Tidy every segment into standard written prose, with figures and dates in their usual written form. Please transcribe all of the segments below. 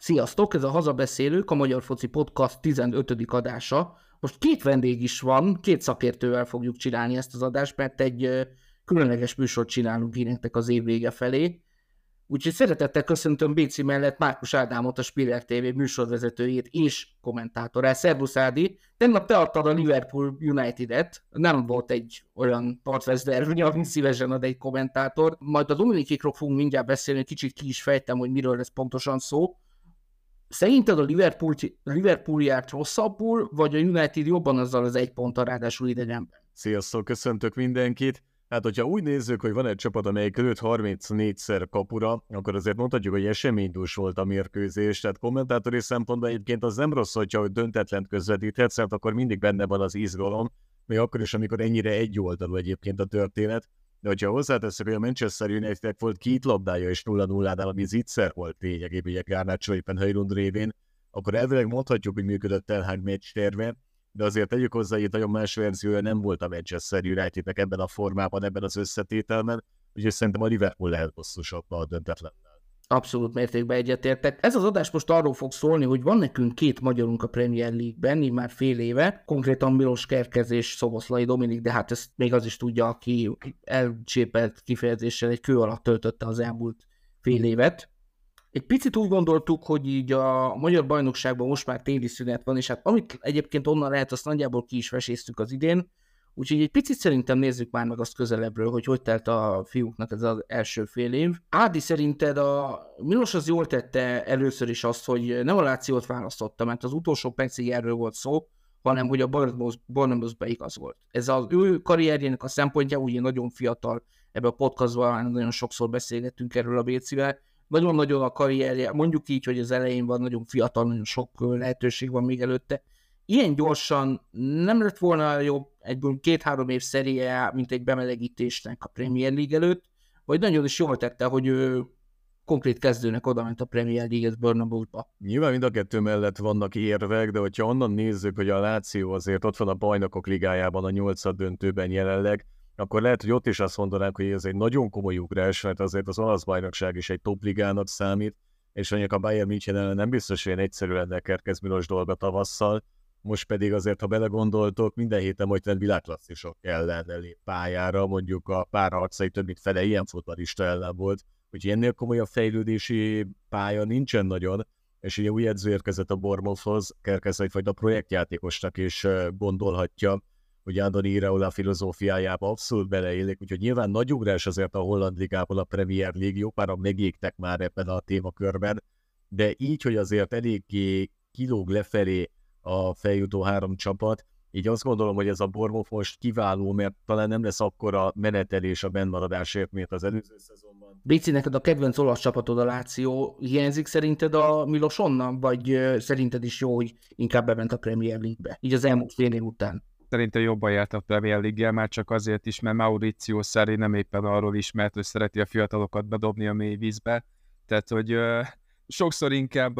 Sziasztok, ez a Hazabeszélők, a Magyar Foci Podcast 15. adása. Most két vendég is van, két szakértővel fogjuk csinálni ezt az adást, mert egy különleges műsort csinálunk nektek az év vége felé. Úgyhogy szeretettel köszöntöm Béci mellett Márkus Ádámot, a Spiller TV műsorvezetőjét és kommentátorát. Szervusz Ádi! Tegnap te adtad a Liverpool United-et, nem volt egy olyan partvezder, amit szívesen ad egy kommentátor. Majd a Dominikikról fogunk mindjárt beszélni, kicsit ki is fejtem, hogy miről lesz pontosan szó. Szerinted a Liverpool járt rosszabbul, vagy a United jobban azzal az egy ponttal ráadásul idegenben? Sziasztok, köszöntök mindenkit! Hát, hogyha úgy nézzük, hogy van egy csapat, amelyik lőtt 34-szer kapura, akkor azért mondhatjuk, hogy eseménydús volt a mérkőzés, tehát kommentátori szempontból egyébként az nem rossz, hogyha döntetlent közvetíthetsz, mert akkor mindig benne van az izgalom, még akkor is, amikor ennyire egyoldalú egyébként a történet. De hogyha hozzáteszek, hogy a Manchester United volt két labdája és 0-0-nál, ami zicser volt lényegében, ugye Garnacho éppen Højlund révén, akkor elvileg mondhatjuk, hogy működött Ten Hag meccs terve, de azért tegyük hozzá, hogy nagyon más verziója nem volt a Manchester Unitednek ebben a formában, ebben az összetételben, úgyhogy szerintem a Liverpool lehet hosszusabb a döntetlennel. Abszolút mértékben egyetértek. Ez az adás most arról fog szólni, hogy van nekünk két magyarunk a Premier League-ben, így már fél éve, konkrétan Milos Kerkez és Szoboszlai Dominik, de hát ezt még az is tudja, aki elcsépelt kifejezéssel egy kő alatt töltötte az elmúlt fél évet. Egy picit úgy gondoltuk, hogy így a magyar bajnokságban most már téli szünet van, és hát amit egyébként onnan lehet, azt nagyjából ki is veséztük az idén, úgyhogy egy picit szerintem nézzük már meg azt közelebbről, hogy telt a fiúknak ez az első fél év. Ádi, szerinted a Milos az jól tette először is azt, hogy nem a Lációt választotta, mert az utolsó percig erről volt szó, hanem hogy a Bournemouthba igaz volt. Ez az ő karrierjének a szempontja, ugye nagyon fiatal, ebben a podcastban nagyon sokszor beszélgettünk erről a Bécivel, nagyon-nagyon a karrierje, mondjuk így, hogy az elején van, nagyon fiatal, nagyon sok lehetőség van még előtte. Ilyen gyorsan nem lett volna jobb egyből 2-3 év szerie, mint egy bemelegítésnek a Premier League előtt, vagy nagyon is jól tette, hogy ő konkrét kezdőnek odament a Premier League-et Bournemouthba. Nyilván mind a kettő mellett vannak érvek, de hogyha onnan nézzük, hogy a Láció azért ott van a Bajnokok Ligájában a 8. döntőben jelenleg, akkor lehet, hogy ott is azt mondanánk, hogy ez egy nagyon komoly ugrás, mert azért az olasz bajnokság is egy topligának számít, és mondjuk a Bayern München ellen nem biztos, hogy egyszerű lenne Kerkez Milos dolga tavasszal, most pedig azért, ha belegondoltok, minden héten majdnem világklasszisok ellen lép pályára, mondjuk a párharcai több mint fele ilyen futballista ellen volt, úgyhogy ennél komolyabb fejlődési pálya nincsen nagyon, és ugye új edző érkezett a Bournemouthhoz, Kerkez egyfajta projektjátékosnak is gondolhatja, hogy Andoni Iraola filozófiájába abszolút beleélik, úgyhogy nyilván nagy ugrás azért a Holland Ligában a Premier League, jó páran megégtek már ebben a témakörben, de így, hogy azért eléggé kilóg lefelé a feljutó 3 csapat, így azt gondolom, hogy ez a Bournemouth most kiváló, mert talán nem lesz akkora menetelés a bennmaradásért, mint az előző szezonban. Béci, neked a kedvenc olasz csapatod a Láció, hiányzik szerinted a Milos onnan, vagy szerinted is jó, hogy inkább bement a Premier League-be, így az elmúlt fél év után? Szerintem jobban járt a Premier League-jel, már csak azért is, mert Mauricio Sarri nem éppen arról ismert, hogy szereti a fiatalokat bedobni a mély vízbe. Tehát, hogy sokszor inkább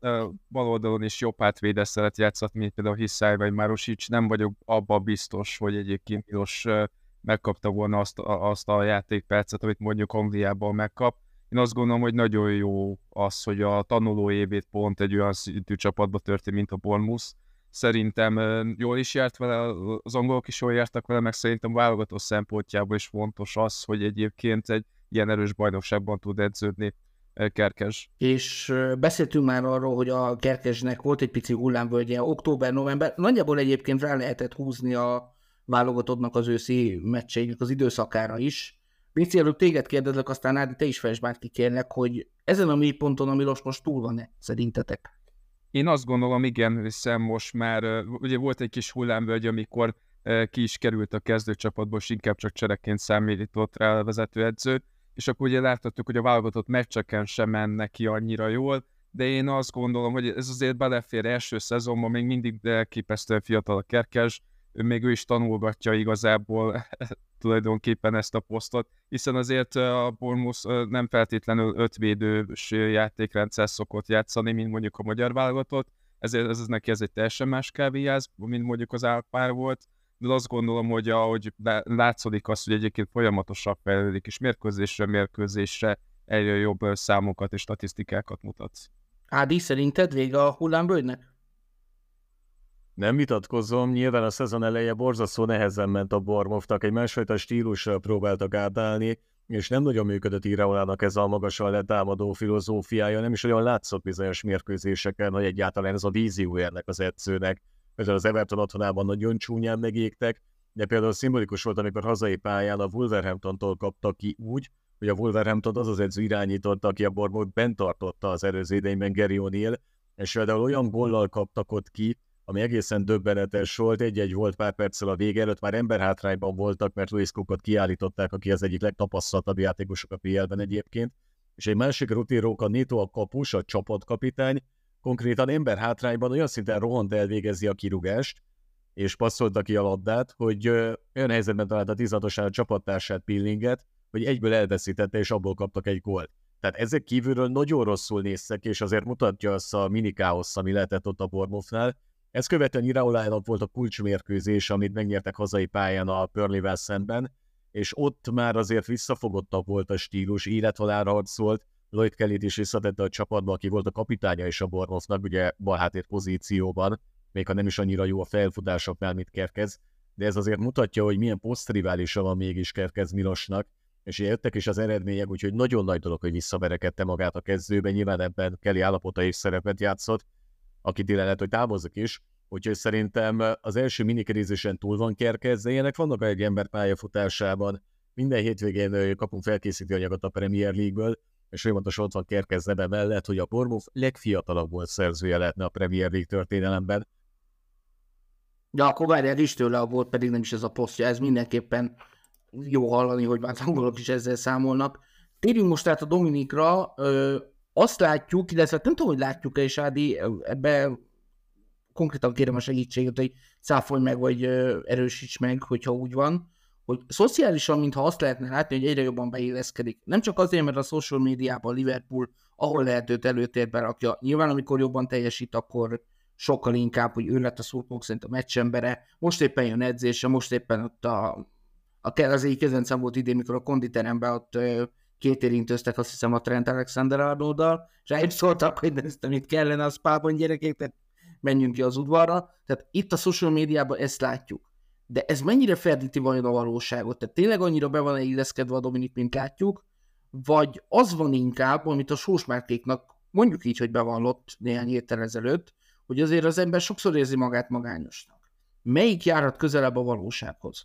bal oldalon is jobb hátvédet szeret játszatni, mint például Hiszály vagy Marusic. Nem vagyok abban biztos, hogy egyébként Milos megkapta volna azt a játékpercet, amit mondjuk Angliában megkap. Én azt gondolom, hogy nagyon jó az, hogy a tanuló évét pont egy olyan szintű csapatba történt, mint a Bournemouth. Szerintem jól is járt vele, az angolok is jól jártak vele, meg szerintem válogató szempontjából is fontos az, hogy egyébként egy ilyen erős bajnokságban tud edződni Kerkez. És beszéltünk már arról, hogy a Kerkezsnek volt egy pici hullámvölgye, október-november, nagyjából egyébként rá lehetett húzni a válogatottnak az őszi meccseinek az időszakára is. Béci, előbb téged kérdezlek, aztán Ádi, te is fejtsd már ki kérlek, hogy ezen a mélyponton a Milos most túl van-e, szerintetek? Én azt gondolom, igen, hiszen most már ugye volt egy kis hullámvölgy, amikor ki is került a kezdőcsapatból, és inkább csak csereként számított rá a vezetőedző, és akkor ugye láthattuk, hogy a válogatott meccseken sem mennek ki annyira jól, de én azt gondolom, hogy ez azért belefér első szezonban, még mindig elképesztően fiatal a Kerkez, még ő is tanulgatja igazából tulajdonképpen ezt a posztot, hiszen azért a Bournemouth nem feltétlenül 5 védős játékrendszer szokott játszani, mint mondjuk a magyar válogatott, ezért ez neki ez egy teljesen más kávéjáz, mint mondjuk az Alpár volt, de azt gondolom, hogy ahogy látszódik az, hogy egyébként folyamatosan fejlődik, és mérkőzésre egyre jobb számokat és statisztikákat mutat. Ádi, szerinted vége a hullámvölgynek? Nem vitatkozom, nyilván a szezon eleje borzasztó nehezen ment a Bournemouthnak, egy másfajta stílussal próbáltak átállni, és nem nagyon működött Iraolának ez a magasan letámadó filozófiája, nem is olyan látszott bizonyos mérkőzéseken, hogy egyáltalán ez a víziója ennek az edzőnek. Például az Everton otthonában nagyon csúnyán megégtek, de például szimbolikus volt, amikor hazai pályán a Wolverhamptontól kaptak ki úgy, hogy a Wolverhampton az edző irányította, aki a Bournemouth bent tartotta az előző idényben Gary O'Neill, és például olyan gollal kaptak ott ki, ami egészen döbbenetes volt, egy-egy volt pár perccel a vége előtt, már emberhátrányban voltak, mert Lewis Cookot kiállították, aki az egyik legtapasztaltabb játékosok a PL-ben egyébként, és egy másik rutinróka Neto a kapus, a csapatkapitány, konkrétan emberhátrányban olyan szinten rohant elvégezi a kirúgást, és passzolta ki a labdát, hogy olyan helyzetben találta 16-osán a csapattársát Pillinget, hogy egyből elveszítette, és abból kaptak egy gólt. Tehát ezek kívülről nagyon rosszul néztek, és azért mutatja azt a mini káosz, ami lehetett ott a Bournemouthnál. Ezt követően Iraolának volt a kulcsmérkőzés, amit megnyertek hazai pályán a Burnley-vel szemben, és ott már azért visszafogottabb volt a stílus, élethalálra harcolt, Lloyd Kellyt is visszatette a csapatba, aki volt a kapitánya is a Bournemouthnak, ugye balháttér pozícióban, még ha nem is annyira jó a felfutásoknál, mint Kerkez, de ez azért mutatja, hogy milyen posztriválisa van mégis Kerkez Milosnak, és jöttek is az eredmények, úgyhogy nagyon nagy dolog, hogy visszaverekedte magát a kezdőben, nyilván ebben Kelly állapota is szerepet játszott, akit lehet, hogy távozik is, úgyhogy szerintem az első minikerézésen túl van Kerkez, de ilyenek vannak egy ember pályafutásában, minden hétvégén kapunk felkészítő anyagot a Premier League-ből, és folyamatosan ott van Kerkez neve mellett, hogy a Bournemouth legfiatalabb volt szerzője lehetne a Premier League történelemben. Ja, akkor várjál is tőle, volt pedig nem is ez a posztja, ez mindenképpen jó hallani, hogy már angolok is ezzel számolnak. Térjünk most át a Dominikra, azt látjuk, illetve nem tudom, hogy látjuk-e, és Ádi, ebbe konkrétan kérem a segítséget, hogy cáfolj meg, vagy erősíts meg, hogyha úgy van, hogy szociálisan, mintha azt lehetne látni, hogy egyre jobban beilleszkedik. Nem csak azért, mert a social médiában Liverpool, ahol lehet őt előtérbe rakja. Nyilván, amikor jobban teljesít, akkor sokkal inkább, hogy ő lett a szurkolók szerint a meccsembere. Most éppen jön edzése, most éppen ott az egyik kezencem volt idén, mikor a konditeremben ott két érintőztek, azt hiszem, a Trent Alexander-Arnolddal, és egy szóltak, hogy néztem, itt kellene a spában gyerekek, tehát menjünk ki az udvarra. Tehát itt a social médiában ezt látjuk. De ez mennyire ferdíti vajon a valóságot? Tehát tényleg annyira be van illeszkedve a Dominik, mint látjuk, vagy az van inkább, amit a Sósmárkéknak mondjuk így, hogy bevallott néhány héttel ezelőtt, hogy azért az ember sokszor érzi magát magányosnak. Melyik járhat közelebb a valósághoz?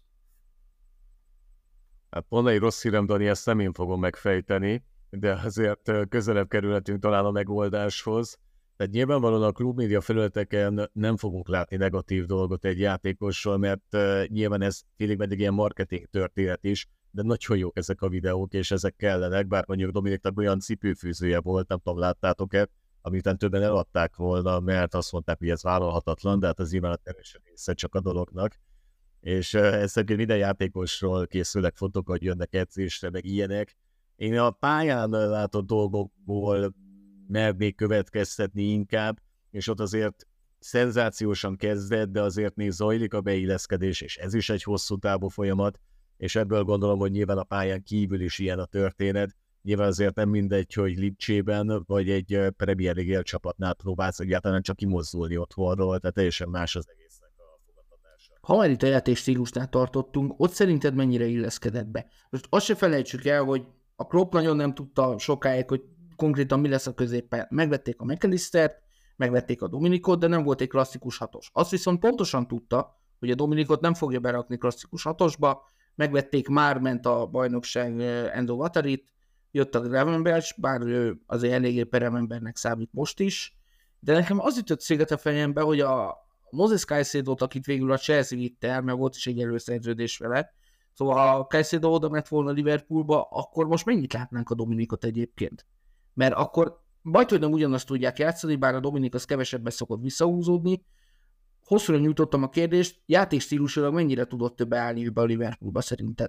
Hát pont egy rossz hírem, Dani, ezt nem én fogom megfejteni, de azért közelebb kerülhetünk talán a megoldáshoz. Tehát nyilvánvalóan a klubmédia felületeken nem fogunk látni negatív dolgot egy játékosról, mert nyilván ez félig meddig ilyen marketing történet is, de nagyon jók ezek a videók, és ezek kellenek, bár mondjuk Dominiknak olyan cipőfűzője volt, nem tudom, láttátok-e, amit többen eladták volna, mert azt mondták, hogy ez vállalhatatlan, de hát az nyilván a teljesen része csak a dolognak. És ezt minden játékosról készülnek fotók, hogy jönnek edzésre, meg ilyenek. Én a pályán látott dolgokból mernék következtetni inkább, és ott azért szenzációsan kezdett, de azért még zajlik a beilleszkedés, és ez is egy hosszú távú folyamat, és ebből gondolom, hogy nyilván a pályán kívül is ilyen a történet. Nyilván azért nem mindegy, hogy Lipcsében, vagy egy Premier League csapatnál próbálsz egyáltalán csak kimozdulni otthonról, tehát teljesen más az egésznek a fogadtatása. Ha már itt a játékstílusnál tartottunk, ott szerinted mennyire illeszkedett be? Most azt se felejtsük el, hogy a Klopp nagyon nem tudta sokáig, hogy konkrétan mi lesz a középpályán. Megvették a McAllistert, megvették a Dominikot, de nem volt egy klasszikus hatos. Azt viszont pontosan tudta, hogy a Dominikot nem fogja berakni klasszikus hatosba, megvették, már ment a bajnokság Endo Watarit, jött a Gravenberch, bár ő azért eléggé peremembernek számít most is, de nekem az ütött széget a fejembe, hogy a Moses Caicedo-t, akit végül a Chelsea vitte el, mert volt is egy előszerződés vele, szóval ha Caicedo oda ment volna Liverpoolba, akkor most mennyit látnánk a Dominikot egyébként? Mert akkor majd nem ugyanazt tudják játszani, bár a Dominik az kevesebbet szokott visszahúzódni. Hosszúra nyújtottam a kérdést, játékstílusilag mennyire tudott több állni be a Liverpoolba szerinted?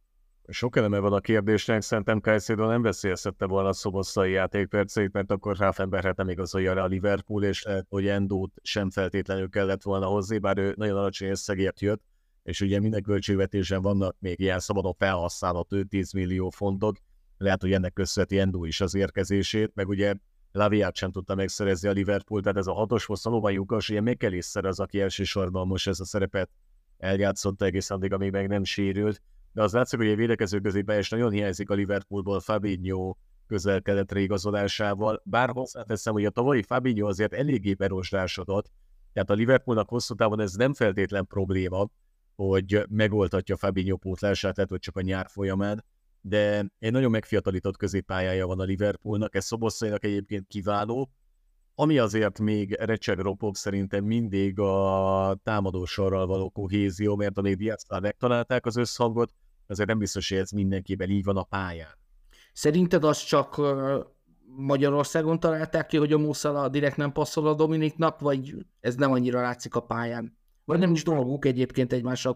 Sok eleme van a kérdésnek, szerintem Caicedo nem veszélyeztette volna a Szoboszlai játékperceit, mert akkor Gravenberch nem igazolja rá a Liverpool, és lehet, hogy Endót sem feltétlenül kellett volna hozni, bár ő nagyon alacsony összegért jött, és ugye minden költségvetésen vannak még ilyen szabadon felhasználható 10 millió fontok, lehet, hogy ennek köszönheti Endó is az érkezését, meg ugye Laviát sem tudta megszerezni a Liverpool, tehát ez a 6-os most valóban lyukas, ugye McAllister az, aki elsősorban most ezt a szerepet eljátszotta egészen addig, amíg meg nem sérült, de az látszik, hogy egy védekező középpályás nagyon hiányzik a Liverpoolból Fabinho közel-keletre igazolásával, bár hozzáteszem, hogy a tavalyi Fabinho azért eléggé berosdásodott, tehát a Liverpoolnak hosszú távon ez nem feltétlen probléma, hogy megoldhatja Fabinho pótlását, lehet, hogy csak a nyár folyamán, de egy nagyon megfiatalított középpályája van a Liverpoolnak, ez Szoboszlainak egyébként kiváló, ami azért még recseg ropog szerintem mindig a támadósorral való kohézió, mert amíg Diaznál megtalálták az összhangot, azért nem biztos, hogy ez mindenkiben így van a pályán. Szerinted azt csak Magyarországon találták ki, hogy a Mo Salah direkt nem passzol a Dominiknak, vagy ez nem annyira látszik a pályán? Vagy nem is dolguk egyébként egymással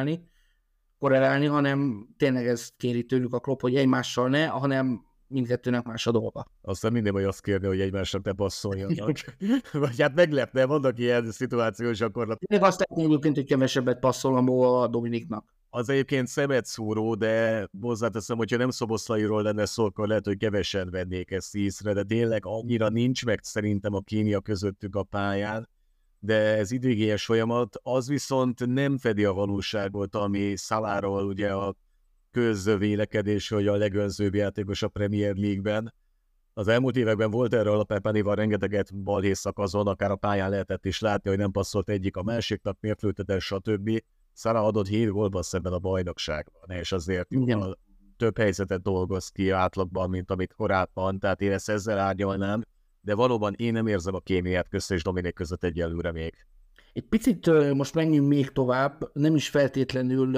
korrelálni, hanem tényleg ez kéri tőlük a Klopp, hogy egymással ne, hanem mindkettőnek más a dolga. Aztán minden vagy azt kérni, hogy egymásnak ne passzoljanak. Vagy hát meglepne, vannak ilyen szituációs gyakorlatok. Még azt látni egyébként, hogy kevesebbet passzol a Mo a Dominiknak. Az egyébként szemetszúró, de hozzáteszem, hogyha nem Szoboszlairól lenne szó, akkor lehet, hogy kevesen vennék ezt észre, de tényleg annyira nincs meg szerintem a kémia közöttük a pályán, de ez időigényes folyamat, az viszont nem fedi a valóságot, ami Salahról ugye a közvélekedés, hogy a legönzőbb játékos a Premier League-ben. Az elmúlt években volt erről a Pepanival rengeteget balhészakazon, akár a pályán lehetett is látni, hogy nem passzolt egyik a másiknak, mértlőtetes, stb. Salah adott 7 gólpasszban a bajnokságban, és azért több helyzetet dolgoz ki átlagban, mint amit korábban, tehát én ezt ezzel árnyalnám, de valóban én nem érzem a kémiát közte és Dominik között egyelőre még. Egy picit most menjünk még tovább, nem is feltétlenül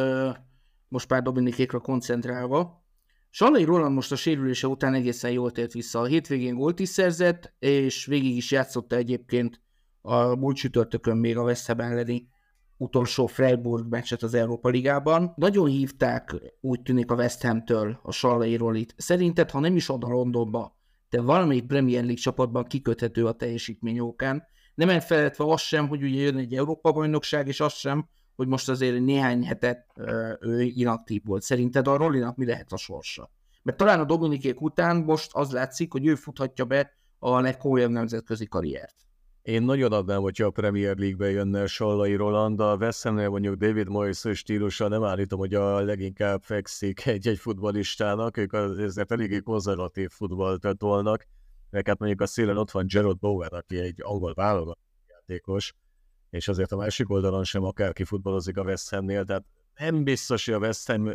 most már Dominikékra koncentrálva. Sallai Roland most a sérülése után egészen jól tért vissza. A hétvégén gólt is szerzett, és végig is játszotta egyébként a múlt csütörtökön még a West Ham elleni utolsó Freiburg meccset az Európa Ligában. Nagyon hívták, úgy tűnik, a West Hamtől a Sallai Rolit. Szerinted, ha nem is oda Londonba, de valamelyik Premier League csapatban kiköthető a teljesítmény okán, nem elfeledve azt sem, hogy ugye jön egy Európa-bajnokság, és azt sem, hogy most azért néhány hetet ő inaktív volt. Szerinted a Rolinak mi lehet a sorsa? Mert talán a Dominikék után most az látszik, hogy ő futhatja be a legkomolyabb nemzetközi karriert. Én nagyon adnám, hogyha a Premier League-be jönne Sallai Roland, a West Hamnél mondjuk David Moyes stílussal nem állítom, hogy a leginkább fekszik egy futballistának, ők azért eléggé konzervatív futballt tolnak, mert hát mondjuk a szélen ott van Gerard Bowen, aki egy angol válogatott játékos, és azért a másik oldalon sem akárki futballozik a West Hamnél, tehát nem biztos, hogy a West Ham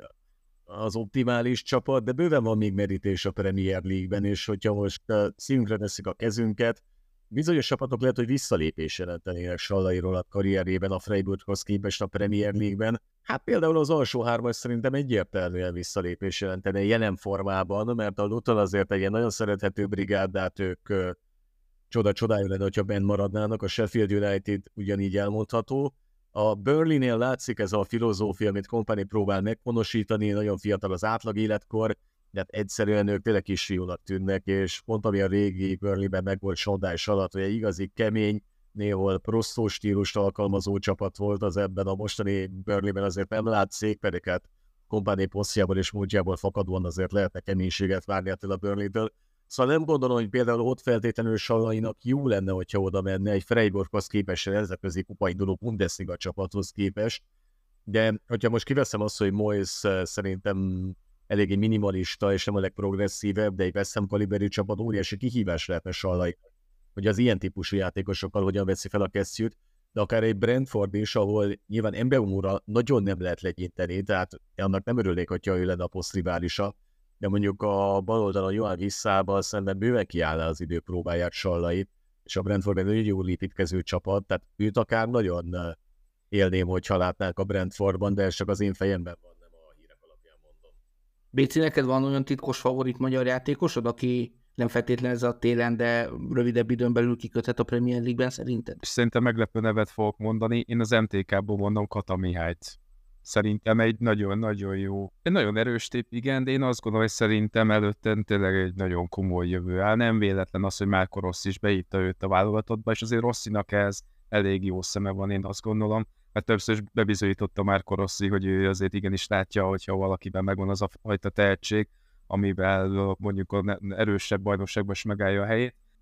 az optimális csapat, de bőven van még merítés a Premier League-ben, és hogyha most szívünkre teszik a kezünket, bizonyos csapatok lehet, hogy visszalépés jelentenének Sallai Roland karrierjében a Freiburghoz képest a Premier League-ben. Hát például az alsó hármas szerintem egyértelműen visszalépés jelentene jelen formában, mert a Luton azért egy ilyen nagyon szerethető brigádát ők csodája lenne, hogyha benn maradnának, a Sheffield United ugyanígy elmondható. A Burnley-nél látszik ez a filozófia, amit Kompany próbál meghonosítani, nagyon fiatal az átlag életkor, de hát egyszerűen ők tényleg kisfiúnak tűnnek, és pont ami a régi Burnley-ben meg volt Sondás alatt, hogy egy igazi kemény, néhol prostó stílust alkalmazó csapat volt, az ebben a mostani Burnley-ben azért nem látszik, pedig hát Kompany posztjából és múltjából fakadóan azért lehetne keménységet várni ettől a Burnley-től. Szóval nem gondolom, hogy például ott feltétlenül Sallainak jó lenne, hogyha oda menne egy Freiburghoz képest, nemzetközi kupainduló Bundesliga csapathoz képest, de hogyha most kiveszem azt, hogy Moyes szerintem eléggé minimalista és nem a legprogresszívebb, de egy West Ham kaliberű csapat óriási kihívás lehetne Sallai, hogy az ilyen típusú játékosokkal hogyan veszi fel a kesztyűt, de akár egy Brentford is, ahol nyilván Mbeumo-ra nagyon nem lehet legyinteni, tehát annak nem örülnék, hogyha ő lenne a posztriválisa, de mondjuk a bal oldalon Johan Wissával szemben bőven kiállna az idő próbálják Sallait, és a Brentford egy nagyon jól építkező csapat, tehát őt akár nagyon élném, hogyha látnák a Brentfordban, de ez csak az én fejemben van, nem a hírek alapján mondom. Béci, neked van olyan titkos favorit magyar játékosod, aki nem feltétlenül ez a télen, de rövidebb időn belül kiköthet a Premier League-ben szerinted? Szerintem meglepő nevet fogok mondani, én az MTK-ból mondom Kata Mihályt. Szerintem egy nagyon-nagyon jó, egy nagyon erős tép, igen, de én azt gondolom, hogy szerintem előtte tényleg egy nagyon komoly jövő áll. Nem véletlen az, hogy Marco Rossi is beírta őt a válogatottba, és azért Rossinak ez elég jó szeme van, én azt gondolom, mert többször is bebizonyította Marco Rossi, hogy ő azért igenis látja, hogyha valakiben megvan az a fajta tehetség, amivel mondjuk a erősebb bajnokságban is megállja a helyét.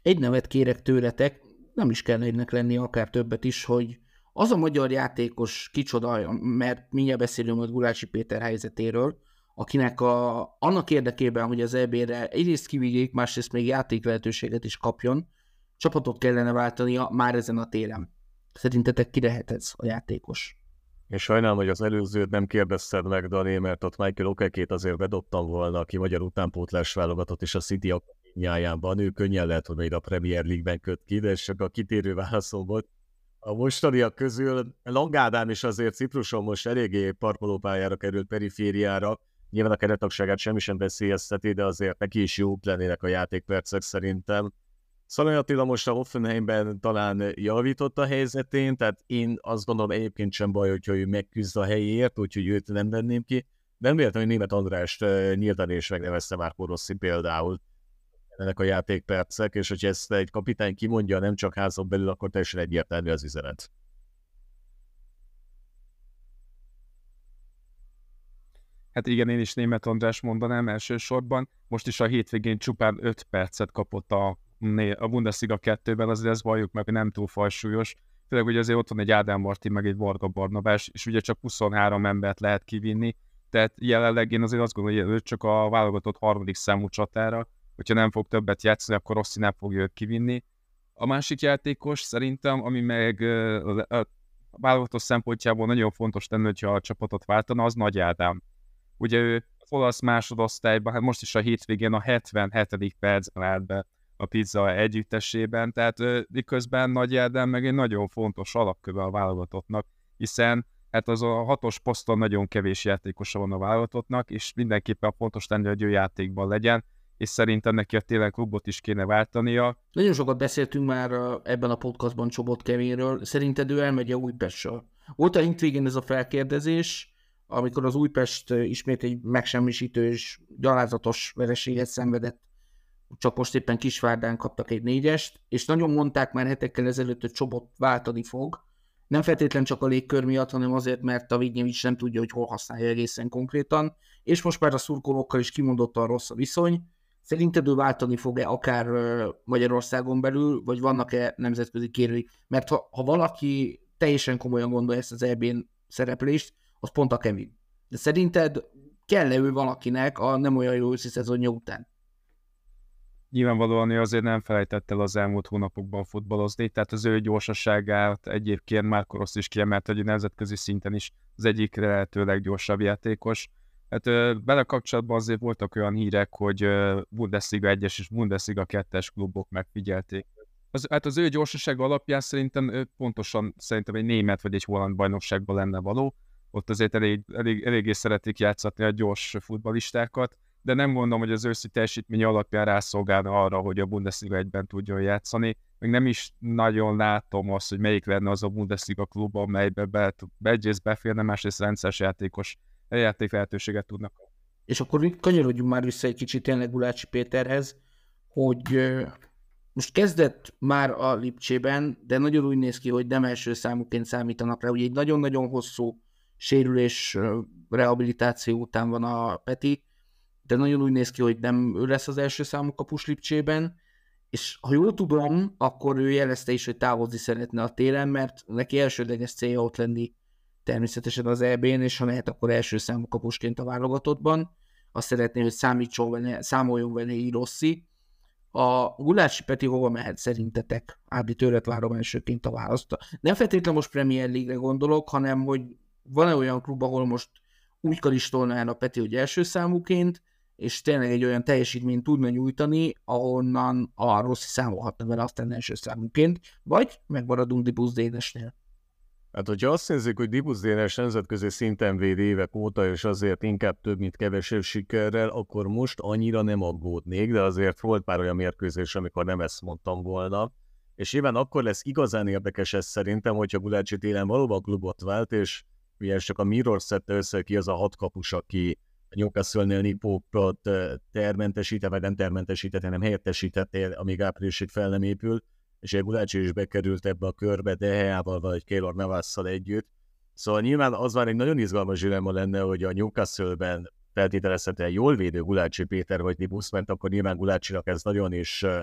egy nevet kérek tőletek, nem is kell egynek lenni, akár többet is, hogy az a magyar játékos kicsoda, mert mindjárt beszélünk a Gulácsi Péter helyzetéről, akinek annak érdekében, hogy az EB-re egyrészt kivigyék, másrészt még játék lehetőséget is kapjon, csapatot kellene váltania már ezen a téren. Szerintetek ki lehet ez a játékos? És sajnálom, hogy az előzőt nem kérdezted meg, Dani, mert ott Michael Okekét azért bedobtam volna, aki magyar utánpótlás válogatott, és a City akadémiájában ő könnyen lehet, hogy majd a Premier League-ben köt ki, de ez csak a kitérő válaszom volt. A mostaniak közül Lang Ádám is azért Cipruson most eléggé parkolópályára került, perifériára. Nyilván a kerettagságát semmi sem veszélyezteti, de azért neki is jók lennének a játékpercek szerintem. Szalai Attila most a Hoffenheimben talán javított a helyzetén, tehát én azt gondolom egyébként sem baj, hogyha ő megküzd a helyéért, úgyhogy őt nem venném ki. De nem véletlenül, hogy Németh Andrást nyíltan és megnevezte Marco Rossi például ennek a játékpercek, és hogyha ezt egy kapitány kimondja nem csak házon belül, akkor teljesen egyértelmű az üzenet. Hát igen, én is Németh András mondanám elsősorban. Most is a hétvégén csupán 5 percet kapott a Bundesliga 2-ben, azért ez valljuk meg, hogy nem túl fajsúlyos. Főleg, hogy azért ott van egy Ádám Martin, meg egy Varga Barnabás, és ugye csak 23 embert lehet kivinni, tehát jelenleg én azért azt gondolom, hogy ő csak a válogatott harmadik számú csatára, hogyha nem fog többet játszani, akkor Rossi nem fogja őt kivinni. A másik játékos szerintem, ami meg a válogatott szempontjából nagyon fontos lenne, hogyha a csapatot váltana, az Nagy Ádám. Ugye ő olasz másodosztályban, hát most is a hétvégén a 77. percben állt be a Pizza együttesében, tehát miközben Nagy Ádám meg egy nagyon fontos alapköve a válogatottnak, hiszen hát az a 6-os poszton nagyon kevés játékosa van a válogatottnak, és mindenképpen fontos lenne, hogy ő játékban legyen, és szerintem neki a télen klubot is kéne váltania. Nagyon sokat beszéltünk már ebben a podcastban Csobot Kevinről, szerinted ő elmegy a Újpestről? Volt a hétvégén ez a felkérdezés, amikor az Újpest ismét egy megsemmisítő és gyalázatos vereséget szenvedett, csak most éppen Kisvárdán kaptak egy 4-est, és nagyon mondták már hetekkel ezelőtt, hogy Csobot váltani fog. Nem feltétlen csak a légkör miatt, hanem azért, mert a Vignyevics nem tudja, hogy hol használja egészen konkrétan, és most már a szurkolókkal is kimondottan rossz a viszony. Szerinted ő váltani fog-e akár Magyarországon belül, vagy vannak-e nemzetközi kérői? Mert ha valaki teljesen komolyan gondolja ezt az EB-n szereplést, az pont a Kevin. De szerinted kell-e ő valakinek a nem olyan jó őszi szezonja után? Nyilvánvalóan ő azért nem felejtett el az elmúlt hónapokban futballozni, tehát az ő gyorsaságát egyébként Marco Rossi is kiemelt, hogy nemzetközi szinten is az egyik lehető leggyorsabb játékos. Hát vele kapcsolatban azért voltak olyan hírek, hogy Bundesliga 1-es és Bundesliga 2-es klubok megfigyelték. Hát az ő gyorsaság alapján szerintem pontosan egy német vagy egy holland bajnokságban lenne való. Ott azért eléggé szeretik játszatni a gyors futballistákat, de nem gondolom, hogy az őszi teljesítmény alapján rászolgálna arra, hogy a Bundesliga 1-ben tudjon játszani. Még nem is nagyon látom azt, hogy melyik lenne az a Bundesliga klub, amelybe egyrészt beférne, másrészt rendszeres játék lehetőséget tudnak. És akkor kanyarodjunk már vissza egy kicsit tényleg Gulácsi Péterhez, hogy most kezdett már a Lipcsében, de nagyon úgy néz ki, hogy nem első számúként számítanak rá. Ugye egy nagyon-nagyon hosszú sérülés rehabilitáció után van a Peti, de nagyon úgy néz ki, hogy nem ő lesz az első számú kapus Lipcsében, és ha jól tudom, akkor ő jelezte is, hogy távozni szeretne a télen, mert neki elsődleges célja ott lenni természetesen az EB-n, és ha lehet, akkor első számú kapusként a válogatottban. Azt szeretné, hogy számoljon vele így Rossi. A Gulácsi Peti hova mehet szerintetek? Ábri, tőled várom elsőként a választ. Nem feltétlenül most Premier League-re gondolok, hanem hogy van-e olyan klub, ahol most úgy karistolna el a Peti, hogy első számúként, és tényleg egy olyan teljesítményt tudna nyújtani, ahonnan a Rossi számolhatna vele aztán első számúként, vagy megmaradunk Dibusz Dénesnél. Hát, hogyha azt nézzük, hogy Dibusz Dénes nemzetközi szinten véd évek óta, és azért inkább több, mint kevesebb sikerrel, akkor most annyira nem aggódnék, de azért volt pár olyan mérkőzés, amikor nem ezt mondtam volna. És nyilván akkor lesz igazán érdekes ez szerintem, hogyha Gulácsi télen valóban klubot vált, és ugye csak a Mirror szedte össze ki az a 6 kapus, aki a Newcastle-nél Nick Pope-ot termentesített, vagy nem termentesített, hanem helyettesített, amíg áprilisig fel nem épül, és egy Gulácsi is bekerült ebbe a körbe De Geával vagy Keylor Navasszal együtt. Szóval nyilván az már egy nagyon izgalmas dilemma lenne, hogy a Newcastle-ben feltételezhetően jól védő Gulácsi Péter vagy Dibusz, mert akkor nyilván Gulácsinak ez nagyon is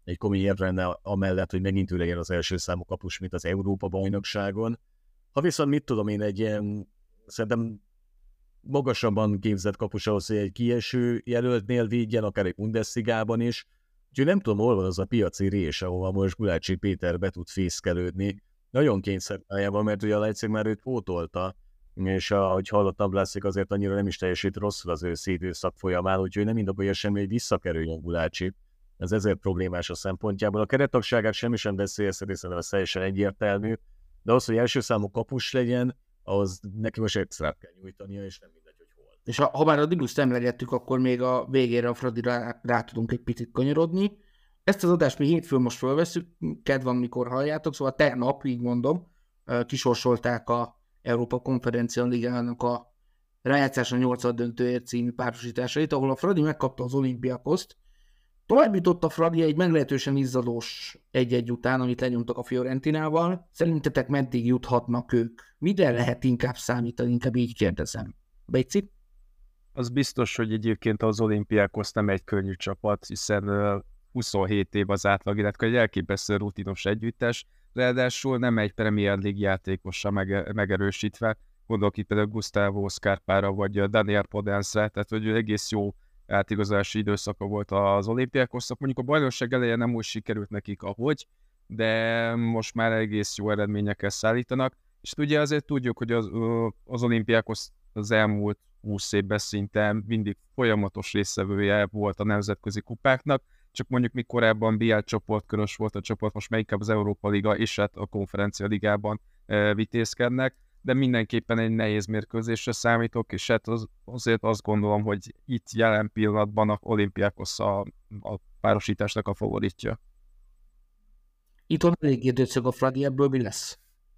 egy komoly érv lenne amellett, hogy megint ő legyen az első számú kapus, mint az Európa-bajnokságon. Ha viszont mit tudom én, egy ilyen, szerintem magasabban képzett kapus ahhoz, hogy egy kieső jelöltnél védjen, akár egy Bundesligában is. Úgyhogy nem tudom, hol van az a piaci rés, ahova most Gulácsi Péter be tud fészkelődni. Nagyon kényszerpályában, mert ugye a Leipzig már őt pótolta, és ahogy hallottam, látszik, azért annyira nem is teljesít rosszul az őszi időszak folyamán, úgyhogy nem indokolja semmi, hogy visszakerüljön Gulácsi. Ez ezért problémás a szempontjából. A kerettagságát semmi sem veszélyezteti, szerintem ez teljesen egyértelmű, de az, hogy első számú kapus legyen, ahhoz neki most extrát kell nyújtania, és nem mindegy, hogy hol. És ha már a Dibuszt emlegettük, akkor még a végére a Fradira rá tudunk egy picit kanyarodni. Ezt az adást mi hétfőn most fölveszünk, kedv van, mikor halljátok, szóval tegnap, így mondom, kisorsolták a Európa Konferencia Ligának a rájátszása 8. döntőért című párosításait, ahol a Fradi megkapta az Olympiakoszt. Tovább jutott a Fradi egy meglehetősen izzadós 1-1 után, amit lenyomtak a Fiorentinával. Szerintetek meddig juthatnak ők? Mire lehet inkább számítani, inkább így kérdezem. Béci? Az biztos, hogy egyébként az Olympiakos nem egy könnyű csapat, hiszen 27 év az átlag, illetve egy elképesztő rutinos együttes, ráadásul nem egy Premier League játékossal megerősítve, gondolok itt például Gustavo Scarpára vagy Daniel Podensre, tehát hogy egész jó átigazolási időszaka volt az Olympiakosnak. Mondjuk a bajnokság elején nem úgy sikerült nekik ahogy, de most már egész jó eredményekkel szállítanak, és ugye azért tudjuk, hogy az Olympiakos az elmúlt 20 évben szinte mindig folyamatos résztvevője volt a nemzetközi kupáknak, csak mondjuk mi korábban BL csoportkörös volt a csoport, most már inkább az Európa Liga és hát a Konferencia Ligában vitézkednek, de mindenképpen egy nehéz mérkőzésre számítok, és hát azért azt gondolom, hogy itt jelen pillanatban a Olympiakos a párosításnak a favoritja. Itthon eléggé döcög a Fradi, ebből mi lesz?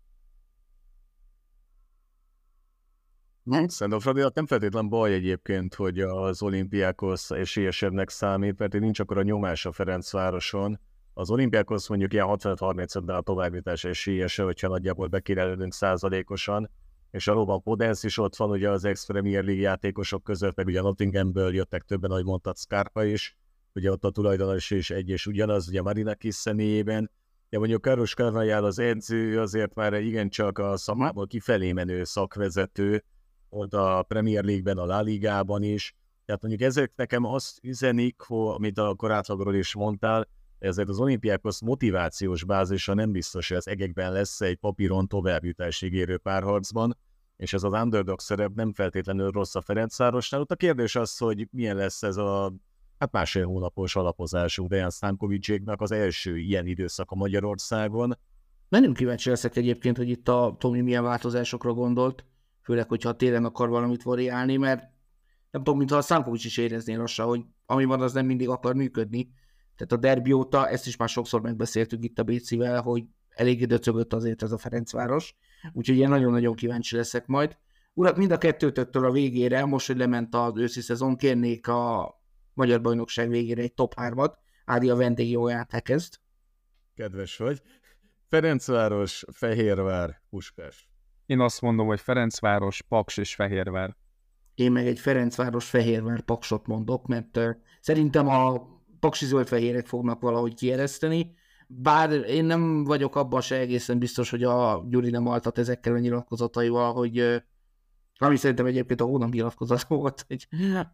Szerintem a Fradinak nem feltétlen baj egyébként, hogy az Olympiakos esélyesebbnek számít, mert nincs akkor a nyomás a Ferencvároson. Az Olympiakos mondjuk ilyen 65-35-ben a továbbjutás esélyese, hogyha nagyjából bekérelődünk százalékosan, és valóban Podens is ott van, ugye az ex-Premier League játékosok között, meg ugye Nottinghamből jöttek többen, ahogy mondtad, Scarpa is, ugye ott a tulajdonos is egy és ugyanaz, ugye Marinakis személyében, de mondjuk Carlos Carvalhal az edző azért már igencsak a szamából kifelé menő szakvezető, ott a Premier League-ben, a La Ligában is, tehát mondjuk ezek nekem azt üzenik, amit akkor átlagról is mondtál, ezért az Olympiakos motivációs bázisa nem biztos, hogy az egekben lesz egy papíron továbbjutásig érő párharcban, és ez az underdog szerep nem feltétlenül rossz a Ferencvárosnál. Ott a kérdés az, hogy milyen lesz ez a másfél hónapos alapozású Dejan Stankovicséknak az első ilyen időszak a Magyarországon. Nagyon kíváncsi leszek egyébként, hogy itt a Tomi milyen változásokra gondolt, főleg, hogyha télen akar valamit variálni, mert nem tudom, mintha a Stankovics is érezné lassan, hogy ami van, az nem mindig akar működni. Tehát a derbi óta, ezt is már sokszor megbeszéltük itt a Bécivel, hogy eléggé döcögött azért ez a Ferencváros, úgyhogy én nagyon-nagyon kíváncsi leszek majd. Urak, mind a kettőtöktől a végére, most, hogy lement az őszi szezon, kérnék a Magyar Bajnokság végére egy top 3-at. Ádi a vendégjóját elkezd. Kedves vagy. Ferencváros, Fehérvár, Puskás. Én azt mondom, hogy Ferencváros, Paks és Fehérvár. Én meg egy Ferencváros-Fehérvár Paksot mondok, mert szerintem a paksi zöldfehérek fognak valahogy kiereszteni, bár én nem vagyok abban se egészen biztos, hogy a Gyuri nem altat ezekkel a nyilatkozataival, hogy ami szerintem egyébként a hónap nyilatkozat volt, hogy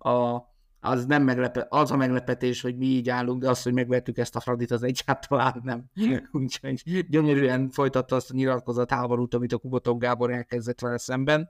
az a meglepetés, hogy mi így állunk, de az, hogy megvettük ezt a Fradit, az egyáltalán nem. Úgyhogy gyönyörűen folytatta azt a nyilatkozat háborút, amit a Kubotok Gábor elkezdett vele szemben.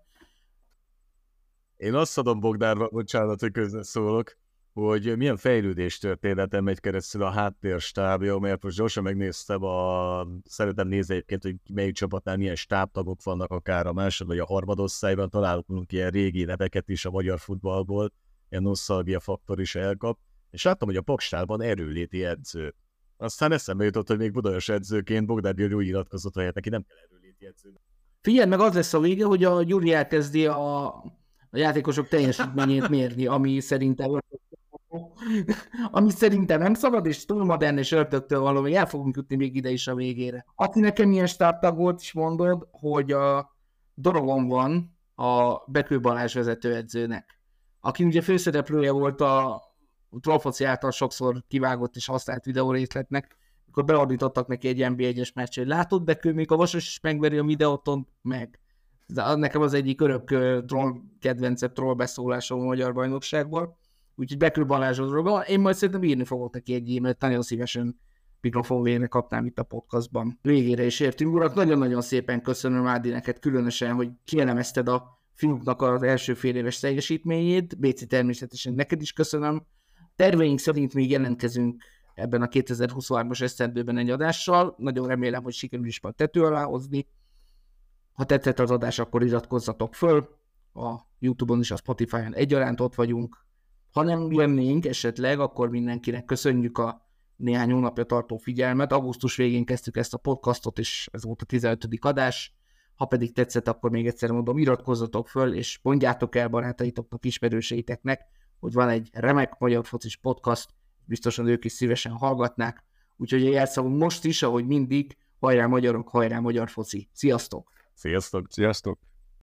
Én azt adom Bogdánra, bocsánat, hogy közbeszólok, hogy milyen fejlődés történetem megy keresztül a háttérstábja, mert most gyorsan megnéztem, szeretem nézni egyébként, hogy melyik csapatnál milyen stábtagok vannak, akár a másod vagy a harmadosztályban, találunk ilyen régi neveket is a magyar futballból, ilyen nosztalgia faktor is elkap, és láttam, hogy a Pakstálban erőléti edző. Aztán eszembe jutott, hogy még Budajos edzőként Bogdán Gyuri úgy nyilatkozott, hogy neki nem kell erőléti edző. Figyelj, meg az lesz a vége, hogy a Gyuri elkezdi a játékosok teljesítményét mérni, ami szerintem nem szabad, és túl modern és ördögtől való, hogy el fogunk jutni még ide is a végére. Aki nekem ilyen stábtag volt is mondod, hogy a Dorogon van a Bekő Balázs vezetőedzőnek, aki ugye főszereplője volt a Trollfoci által sokszor kivágott és használt videórészletnek, akkor beordítottak neki egy NB1-es meccs, hogy látod, de még a Vasas is megveri a Videóton, meg. De nekem az egyik örök troll kedvencebb troll beszólásom a magyar bajnokságból, úgyhogy Bekül Balázsodról, én majd szerintem írni fogok neki egy e-mailt, nagyon szívesen mikrofonvégre kapnám itt a podcastban. Végére is értünk, urak, nagyon-nagyon szépen köszönöm, Ádi, neked különösen, hogy kielemezted a fiúknak az első fél éves teljesítményét, Béci természetesen neked is köszönöm. Terveink szerint még jelentkezünk ebben a 2023-as esztendőben egy adással, nagyon remélem, hogy sikerül is majd tető alá hozni. Ha tetszett az adás, akkor iratkozzatok föl, a YouTube-on és a Spotify-on egyaránt ott vagyunk. Ha nem lennénk esetleg, akkor mindenkinek köszönjük a néhány hónapja tartó figyelmet. Augusztus végén kezdtük ezt a podcastot, és ez volt a 15. adás. Ha pedig tetszett, akkor még egyszer mondom, iratkozzatok föl, és mondjátok el barátaitoknak, ismerőseiteknek, hogy van egy remek magyar focis podcast, biztosan ők is szívesen hallgatnák. Úgyhogy a jelszavunk most is, ahogy mindig, hajrá magyarok, hajrá magyar foci. Sziasztok! Sziasztok! Sziasztok!